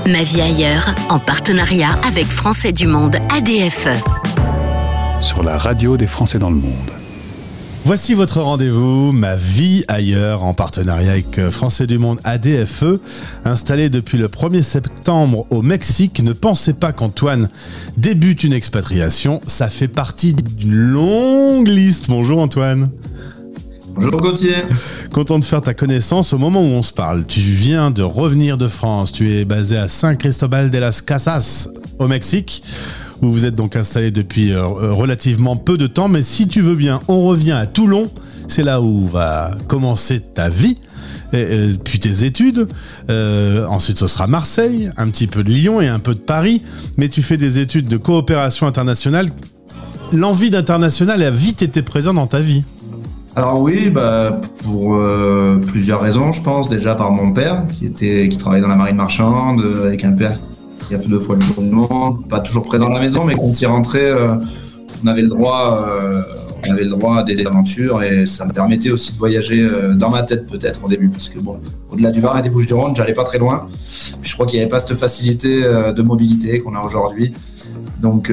Ma vie ailleurs, en partenariat avec Français du Monde ADFE. Sur la radio des Français dans le monde. Voici votre rendez-vous, Ma vie ailleurs, en partenariat avec Français du Monde ADFE. Installé depuis le 1er septembre au Mexique, ne pensez pas qu'Antoine débute une expatriation. Ça fait partie d'une longue liste. Bonjour Antoine. Bonjour Gauthier. Content de faire ta connaissance au moment où on se parle. Tu viens de revenir de France. Tu es basé à San Cristobal de las Casas, au Mexique, où vous êtes donc installé depuis relativement peu de temps. Mais si tu veux bien, on revient à Toulon. C'est là où va commencer ta vie, puis tes études. Ensuite, ce sera Marseille, un petit peu de Lyon et un peu de Paris. Mais tu fais des études de coopération internationale. L'envie d'international a vite été présente dans ta vie. Alors oui, pour plusieurs raisons, je pense. Déjà par mon père, qui travaillait dans la marine marchande, avec un père qui a fait 2 fois le tour du monde, pas toujours présent à la maison, mais quand il rentrait, on avait le droit à des aventures, et ça me permettait aussi de voyager dans ma tête peut-être au début, parce que bon, au-delà du Var et des Bouches-du-Rhône, j'allais pas très loin. Puis je crois qu'il n'y avait pas cette facilité de mobilité qu'on a aujourd'hui. Donc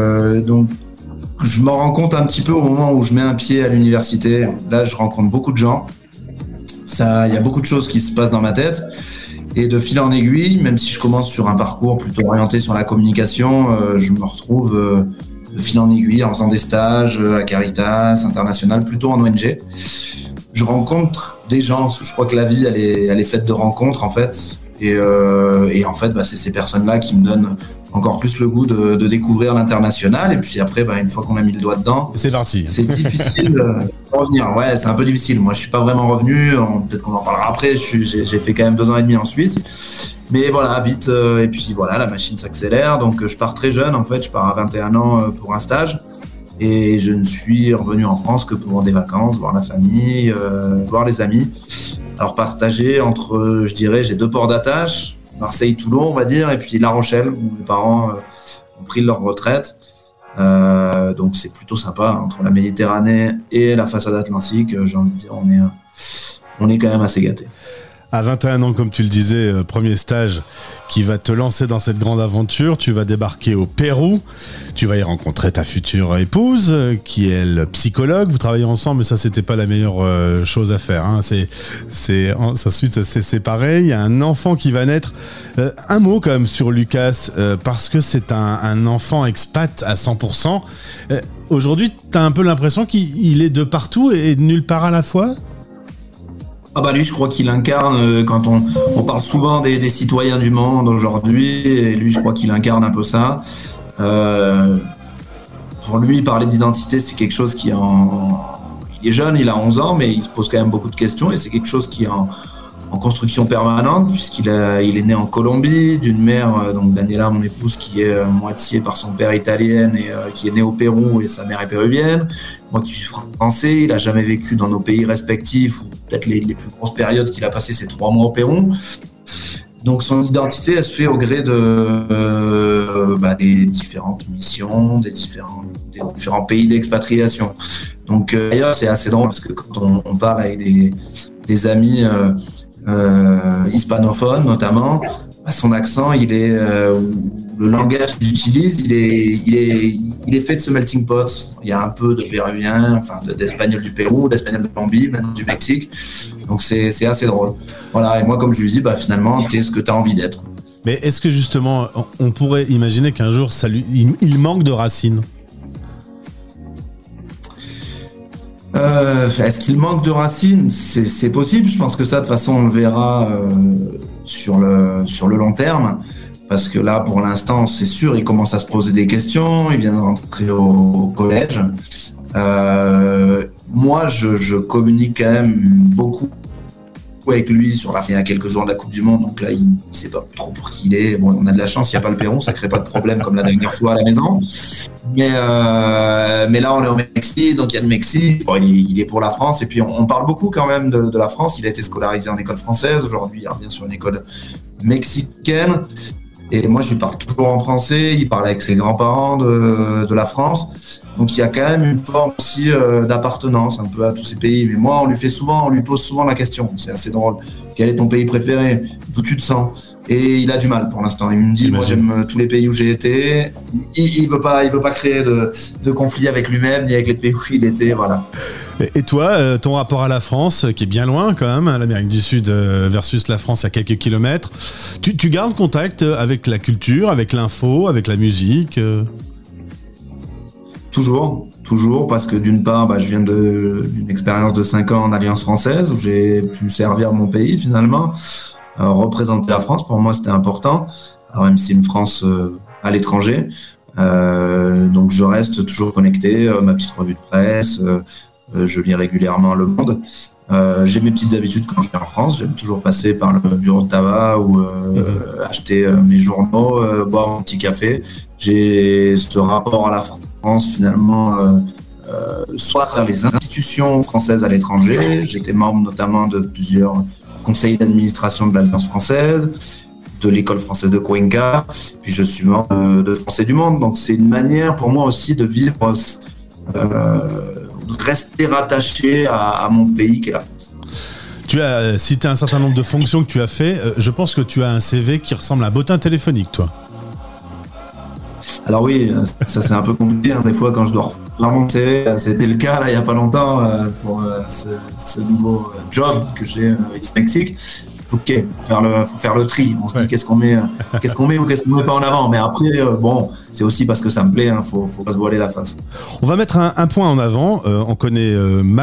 je m'en rends compte un petit peu au moment où je mets un pied à l'université. Là, je rencontre beaucoup de gens. Il y a beaucoup de choses qui se passent dans ma tête. Et de fil en aiguille, même si je commence sur un parcours plutôt orienté sur la communication, je me retrouve de fil en aiguille en faisant des stages à Caritas International, plutôt en ONG. Je rencontre des gens. Je crois que la vie, elle est faite de rencontres, en fait. Et en fait, c'est ces personnes-là qui me donnent encore plus le goût de découvrir l'international. Et puis après, une fois qu'on a mis le doigt dedans, c'est parti. C'est difficile de revenir. Ouais, c'est un peu difficile. Moi, je suis pas vraiment revenu. Peut-être qu'on en parlera après. J'ai fait quand même 2 ans et demi en Suisse. Mais voilà, vite. Et puis voilà, la machine s'accélère. Donc, je pars très jeune. En fait, je pars à 21 ans pour un stage. Et je ne suis revenu en France que pour des vacances, voir la famille, voir les amis. Alors partagé entre, je dirais, j'ai 2 ports d'attache, Marseille-Toulon, on va dire, et puis La Rochelle, où mes parents ont pris leur retraite. Donc c'est plutôt sympa, entre la Méditerranée et la façade atlantique, j'ai envie de dire, on est quand même assez gâtés. À 21 ans, comme tu le disais, premier stage qui va te lancer dans cette grande aventure. Tu vas débarquer au Pérou. Tu vas y rencontrer ta future épouse, qui est elle psychologue. Vous travaillez ensemble, mais ça, c'était pas la meilleure chose à faire. Hein. Ensuite, c'est pareil. Il y a un enfant qui va naître. Un mot quand même sur Lucas, parce que c'est un enfant expat à 100%. Aujourd'hui, tu as un peu l'impression qu'il est de partout et de nulle part à la fois ? Lui, je crois qu'il incarne, quand on parle souvent des citoyens du monde aujourd'hui, et lui, je crois qu'il incarne un peu ça. Pour lui, parler d'identité, c'est quelque chose il est jeune, il a 11 ans, mais il se pose quand même beaucoup de questions, et c'est quelque chose qui est en construction permanente, puisqu'il est né en Colombie, d'une mère, donc Daniela, mon épouse, qui est moitié par son père italienne, et qui est née au Pérou, et sa mère est péruvienne. Moi qui suis français, il n'a jamais vécu dans nos pays respectifs, ou peut-être les plus grosses périodes qu'il a passées, c'est 3 mois au Pérou. Donc son identité, elle se fait au gré des différentes missions, des différents pays d'expatriation. Donc d'ailleurs, c'est assez drôle, parce que quand on parle avec des amis hispanophones notamment, son accent, le langage qu'il utilise, il est fait de ce melting pot. Il y a un peu de péruvien, d'espagnol du Pérou, d'espagnol de Colombie, maintenant du Mexique. Donc c'est assez drôle. Voilà, et moi comme je lui dis, finalement, t'es ce que t'as envie d'être. Mais est-ce que justement, on pourrait imaginer qu'un jour, il manque de racines ? Est-ce qu'il manque de racines ? C'est possible. Je pense que ça, de toute façon, on le verra sur le long terme. Parce que là, pour l'instant, c'est sûr, il commence à se poser des questions. Il vient de rentrer au collège. Moi, je communique quand même beaucoup avec lui il y a quelques jours de la Coupe du Monde. Donc là, il ne sait pas trop pour qui il est. Bon, on a de la chance, il n'y a pas le Pérou. Ça ne crée pas de problème comme la dernière fois à la maison. Mais là, on est au Mexique, donc il y a le Mexique. Bon, il est pour la France. Et puis, on parle beaucoup quand même de la France. Il a été scolarisé en école française. Aujourd'hui, il revient sur une école mexicaine. Et moi, je lui parle toujours en français. Il parle avec ses grands-parents de la France. Donc, il y a quand même une forme aussi d'appartenance un peu à tous ces pays. Mais moi, on lui pose souvent la question. C'est assez drôle. Quel est ton pays préféré ? D'où tu te sens ? Et il a du mal pour l'instant. Il me dit, moi j'aime tous les pays où j'ai été. Il veut pas créer de conflit avec lui-même ni avec les pays où il était, voilà. Et toi, ton rapport à la France, qui est bien loin quand même, l'Amérique du Sud versus la France à quelques kilomètres, tu gardes contact avec la culture, avec l'info, avec la musique Toujours, parce que d'une part, je viens d'une expérience de 5 ans en Alliance française où j'ai pu servir mon pays finalement. Représenter la France, pour moi, c'était important. Alors, même si une France à l'étranger. Donc, je reste toujours connecté. Ma petite revue de presse, je lis régulièrement Le Monde. J'ai mes petites habitudes quand je viens en France. J'aime toujours passer par le bureau de tabac ou acheter mes journaux, boire un petit café. J'ai ce rapport à la France, finalement, soit vers les institutions françaises à l'étranger. J'étais membre notamment de plusieurs conseil d'administration de l'Alliance française, de l'école française de Cuenca, puis je suis membre de Français du Monde. Donc c'est une manière pour moi aussi de vivre, de rester rattaché à mon pays qui est la France. Tu as cité un certain nombre de fonctions que tu as fait. Je pense que tu as un CV qui ressemble à un bottin téléphonique, toi. Alors oui, ça c'est un peu compliqué. Des fois quand je dois refaire mon CV, c'était le cas là, il n'y a pas longtemps pour ce nouveau job que j'ai avec Mexique. Ok, faut faire le tri. On se dit qu'est-ce qu'on met ou qu'est-ce qu'on met pas en avant. Mais après, c'est aussi parce que ça me plaît. Faut pas se voiler la face. On va mettre un point en avant. On connaît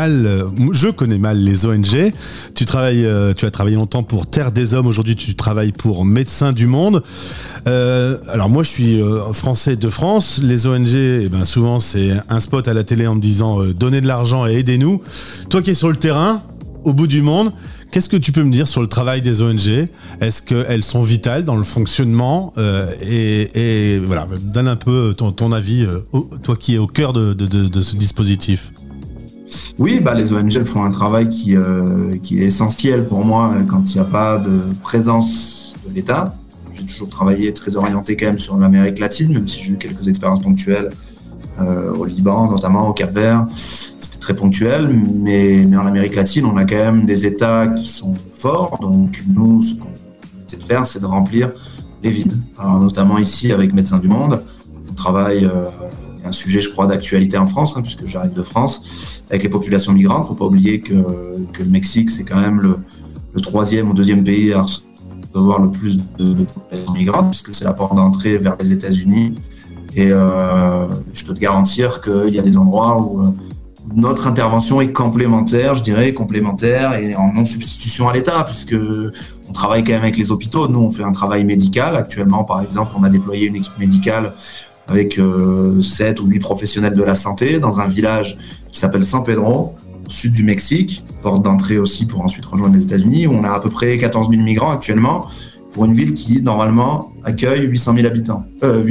je connais mal les ONG. Tu as travaillé longtemps pour Terre des Hommes. Aujourd'hui, tu travailles pour Médecins du Monde. Alors moi, je suis français de France. Les ONG, souvent, c'est un spot à la télé en me disant donnez de l'argent et aidez-nous. Toi qui es sur le terrain, au bout du monde. Qu'est-ce que tu peux me dire sur le travail des ONG ? Est-ce qu'elles sont vitales dans le fonctionnement et voilà, donne un peu ton avis, toi qui es au cœur de ce dispositif. Oui, les ONG elles font un travail qui est essentiel pour moi quand il n'y a pas de présence de l'État. J'ai toujours travaillé très orienté quand même sur l'Amérique latine, même si j'ai eu quelques expériences ponctuelles au Liban, notamment au Cap-Vert. C'était très ponctuel, mais en Amérique latine, on a quand même des États qui sont forts. Donc nous, ce qu'on essaie de faire, c'est de remplir les vides. Alors, notamment ici, avec Médecins du Monde, on travaille un sujet, je crois, d'actualité en France, puisque j'arrive de France, avec les populations migrantes. Il ne faut pas oublier que le Mexique, c'est quand même le 3e ou 2e pays à recevoir le plus de populations migrantes, puisque c'est la porte d'entrée vers les États-Unis. Et je peux te garantir qu'il y a des endroits où notre intervention est complémentaire et en non-substitution à l'État, puisque on travaille quand même avec les hôpitaux. Nous, on fait un travail médical. Actuellement, par exemple, on a déployé une équipe médicale avec 7 ou 8 professionnels de la santé dans un village qui s'appelle San Pedro, au sud du Mexique, porte d'entrée aussi pour ensuite rejoindre les États-Unis, où on a à peu près 14 000 migrants actuellement, pour une ville qui, normalement, accueille 8 000 habitants.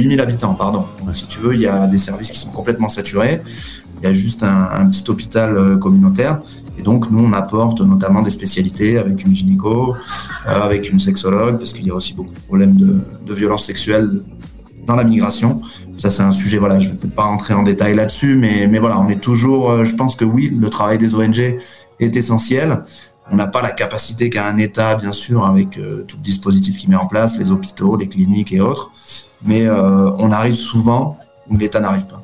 Donc, si tu veux, il y a des services qui sont complètement saturés. Il y a juste un petit hôpital communautaire. Et donc, nous, on apporte notamment des spécialités avec une gynéco, avec une sexologue, parce qu'il y a aussi beaucoup de problèmes de violences sexuelles dans la migration. Ça, c'est un sujet, je ne vais peut-être pas rentrer en détail là-dessus, mais voilà, on est toujours... je pense que oui, le travail des ONG est essentiel. On n'a pas la capacité qu'a un État, bien sûr, avec tout le dispositif qu'il met en place, les hôpitaux, les cliniques et autres. Mais on arrive souvent où l'État n'arrive pas.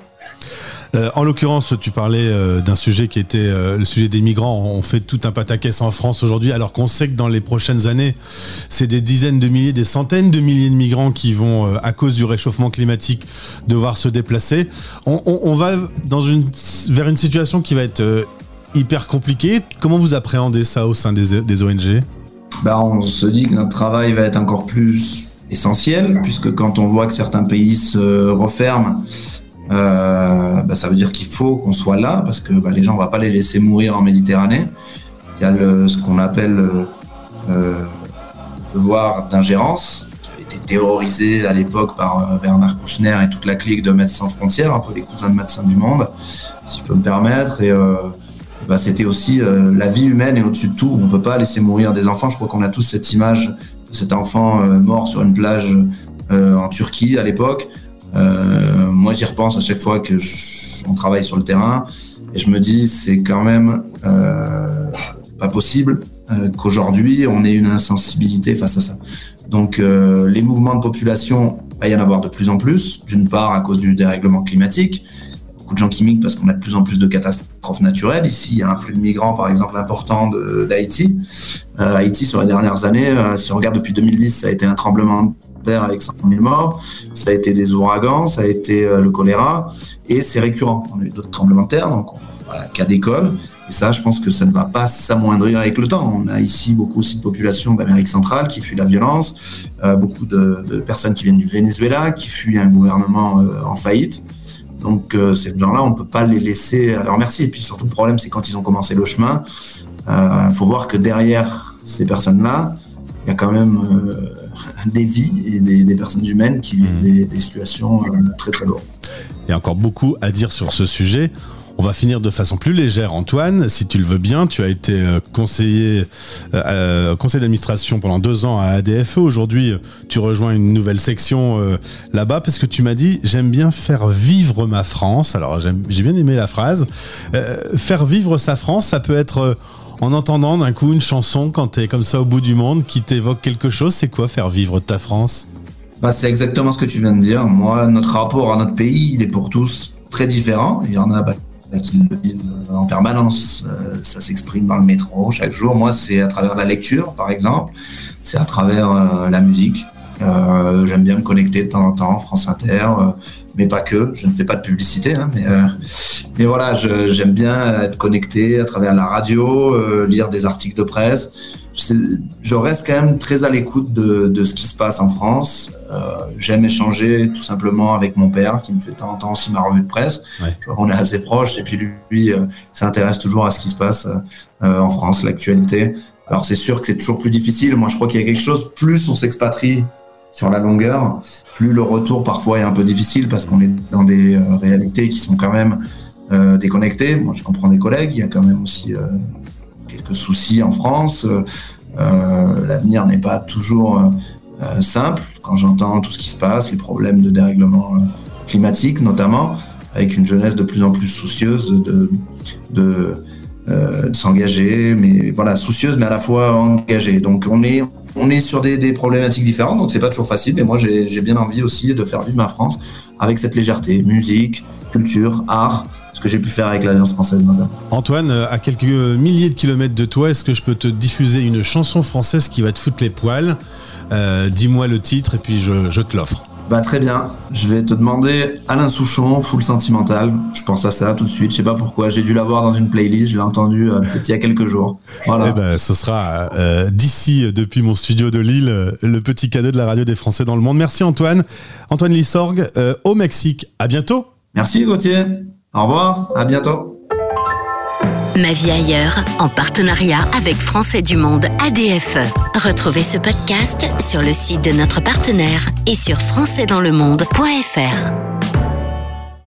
En l'occurrence, tu parlais d'un sujet qui était le sujet des migrants. On fait tout un pataquès en France aujourd'hui, alors qu'on sait que dans les prochaines années, c'est des dizaines de milliers, des centaines de milliers de migrants qui vont, à cause du réchauffement climatique, devoir se déplacer. On va vers une situation qui va être hyper compliquée. Comment vous appréhendez ça au sein des ONG ? On se dit que notre travail va être encore plus essentiel, puisque quand on voit que certains pays se referment, ça veut dire qu'il faut qu'on soit là, parce que les gens, on va pas les laisser mourir en Méditerranée. Il y a ce qu'on appelle le devoir d'ingérence, qui a été théorisé à l'époque par Bernard Kouchner et toute la clique de Médecins sans frontières, un peu les cousins de Médecins du Monde, si je peux me permettre. Et c'était aussi la vie humaine est au-dessus de tout. On peut pas laisser mourir des enfants. Je crois qu'on a tous cette image de cet enfant mort sur une plage en Turquie à l'époque. Moi, j'y repense à chaque fois que on travaille sur le terrain et je me dis c'est quand même pas possible qu'aujourd'hui on ait une insensibilité face à ça. Donc les mouvements de population, il va y en avoir de plus en plus, d'une part à cause du dérèglement climatique. Beaucoup de gens qui migrent parce qu'on a de plus en plus de catastrophes naturelles. Ici, il y a un flux de migrants, par exemple, important d'Haïti. Haïti, sur les dernières années, si on regarde depuis 2010, ça a été un tremblement de terre avec 5 000 morts, ça a été des ouragans, ça a été le choléra, et c'est récurrent. On a eu d'autres tremblements de terre, donc voilà, cas d'école. Et ça, je pense que ça ne va pas s'amoindrir avec le temps. On a ici beaucoup aussi de populations d'Amérique centrale qui fuient la violence, beaucoup de personnes qui viennent du Venezuela, qui fuient un gouvernement en faillite. Donc ces gens-là, on ne peut pas les laisser à leur merci. Et puis surtout, le problème, c'est quand ils ont commencé le chemin, faut voir que derrière ces personnes-là, il y a quand même des vies et des personnes humaines qui vivent des situations très très lourdes. Il y a encore beaucoup à dire sur ce sujet. On va finir de façon plus légère. Antoine, si tu le veux bien, tu as été conseiller d'administration pendant 2 ans à ADFE. Aujourd'hui, tu rejoins une nouvelle section là-bas parce que tu m'as dit « J'aime bien faire vivre ma France ». Alors, j'ai bien aimé la phrase. Faire vivre sa France, ça peut être en entendant d'un coup une chanson quand tu es comme ça au bout du monde qui t'évoque quelque chose. C'est quoi faire vivre ta France ? C'est exactement ce que tu viens de dire. Moi, notre rapport à notre pays, il est pour tous très différent. Il y en a qui le vivent en permanence, ça s'exprime dans le métro chaque jour. Moi, c'est à travers la lecture, par exemple, c'est à travers la musique. J'aime bien me connecter de temps en temps, France Inter, mais pas que. Je ne fais pas de publicité, mais voilà, j'aime bien être connecté à travers la radio, lire des articles de presse. Je reste quand même très à l'écoute de ce qui se passe en France. J'aime échanger tout simplement avec mon père qui me fait de temps en temps aussi ma revue de presse. Ouais. On est assez proches et puis lui s'intéresse toujours à ce qui se passe en France, l'actualité. Alors c'est sûr que c'est toujours plus difficile. Moi je crois qu'il y a quelque chose, plus on s'expatrie sur la longueur, plus le retour parfois est un peu difficile parce qu'on est dans des réalités qui sont quand même déconnectées. Moi je comprends des collègues, il y a quand même aussi quelques soucis en France. L'avenir n'est pas toujours simple. Quand j'entends tout ce qui se passe, les problèmes de dérèglement climatique notamment, avec une jeunesse de plus en plus soucieuse de s'engager, mais voilà, soucieuse mais à la fois engagée. Donc on est sur des problématiques différentes, donc c'est pas toujours facile. Mais moi j'ai bien envie aussi de faire vivre ma France avec cette légèreté, musique, culture, art. Ce que j'ai pu faire avec l'Alliance française notamment. Antoine, à quelques milliers de kilomètres de toi, est-ce que je peux te diffuser une chanson française qui va te foutre les poils ? Dis-moi le titre et puis je te l'offre. Très bien, je vais te demander Alain Souchon, Full Sentimental. Je pense à ça tout de suite, je sais pas pourquoi, j'ai dû l'avoir dans une playlist, je l'ai entendu peut-être il y a quelques jours. Voilà. Ce sera d'ici, depuis mon studio de Lille, le petit cadeau de la radio des Français dans le monde. Merci Antoine. Antoine Lissorgue, au Mexique. À bientôt. Merci Gauthier. Au revoir, à bientôt. Ma vie ailleurs, en partenariat avec Français du Monde ADFE. Retrouvez ce podcast sur le site de notre partenaire et sur françaisdanslemonde.fr.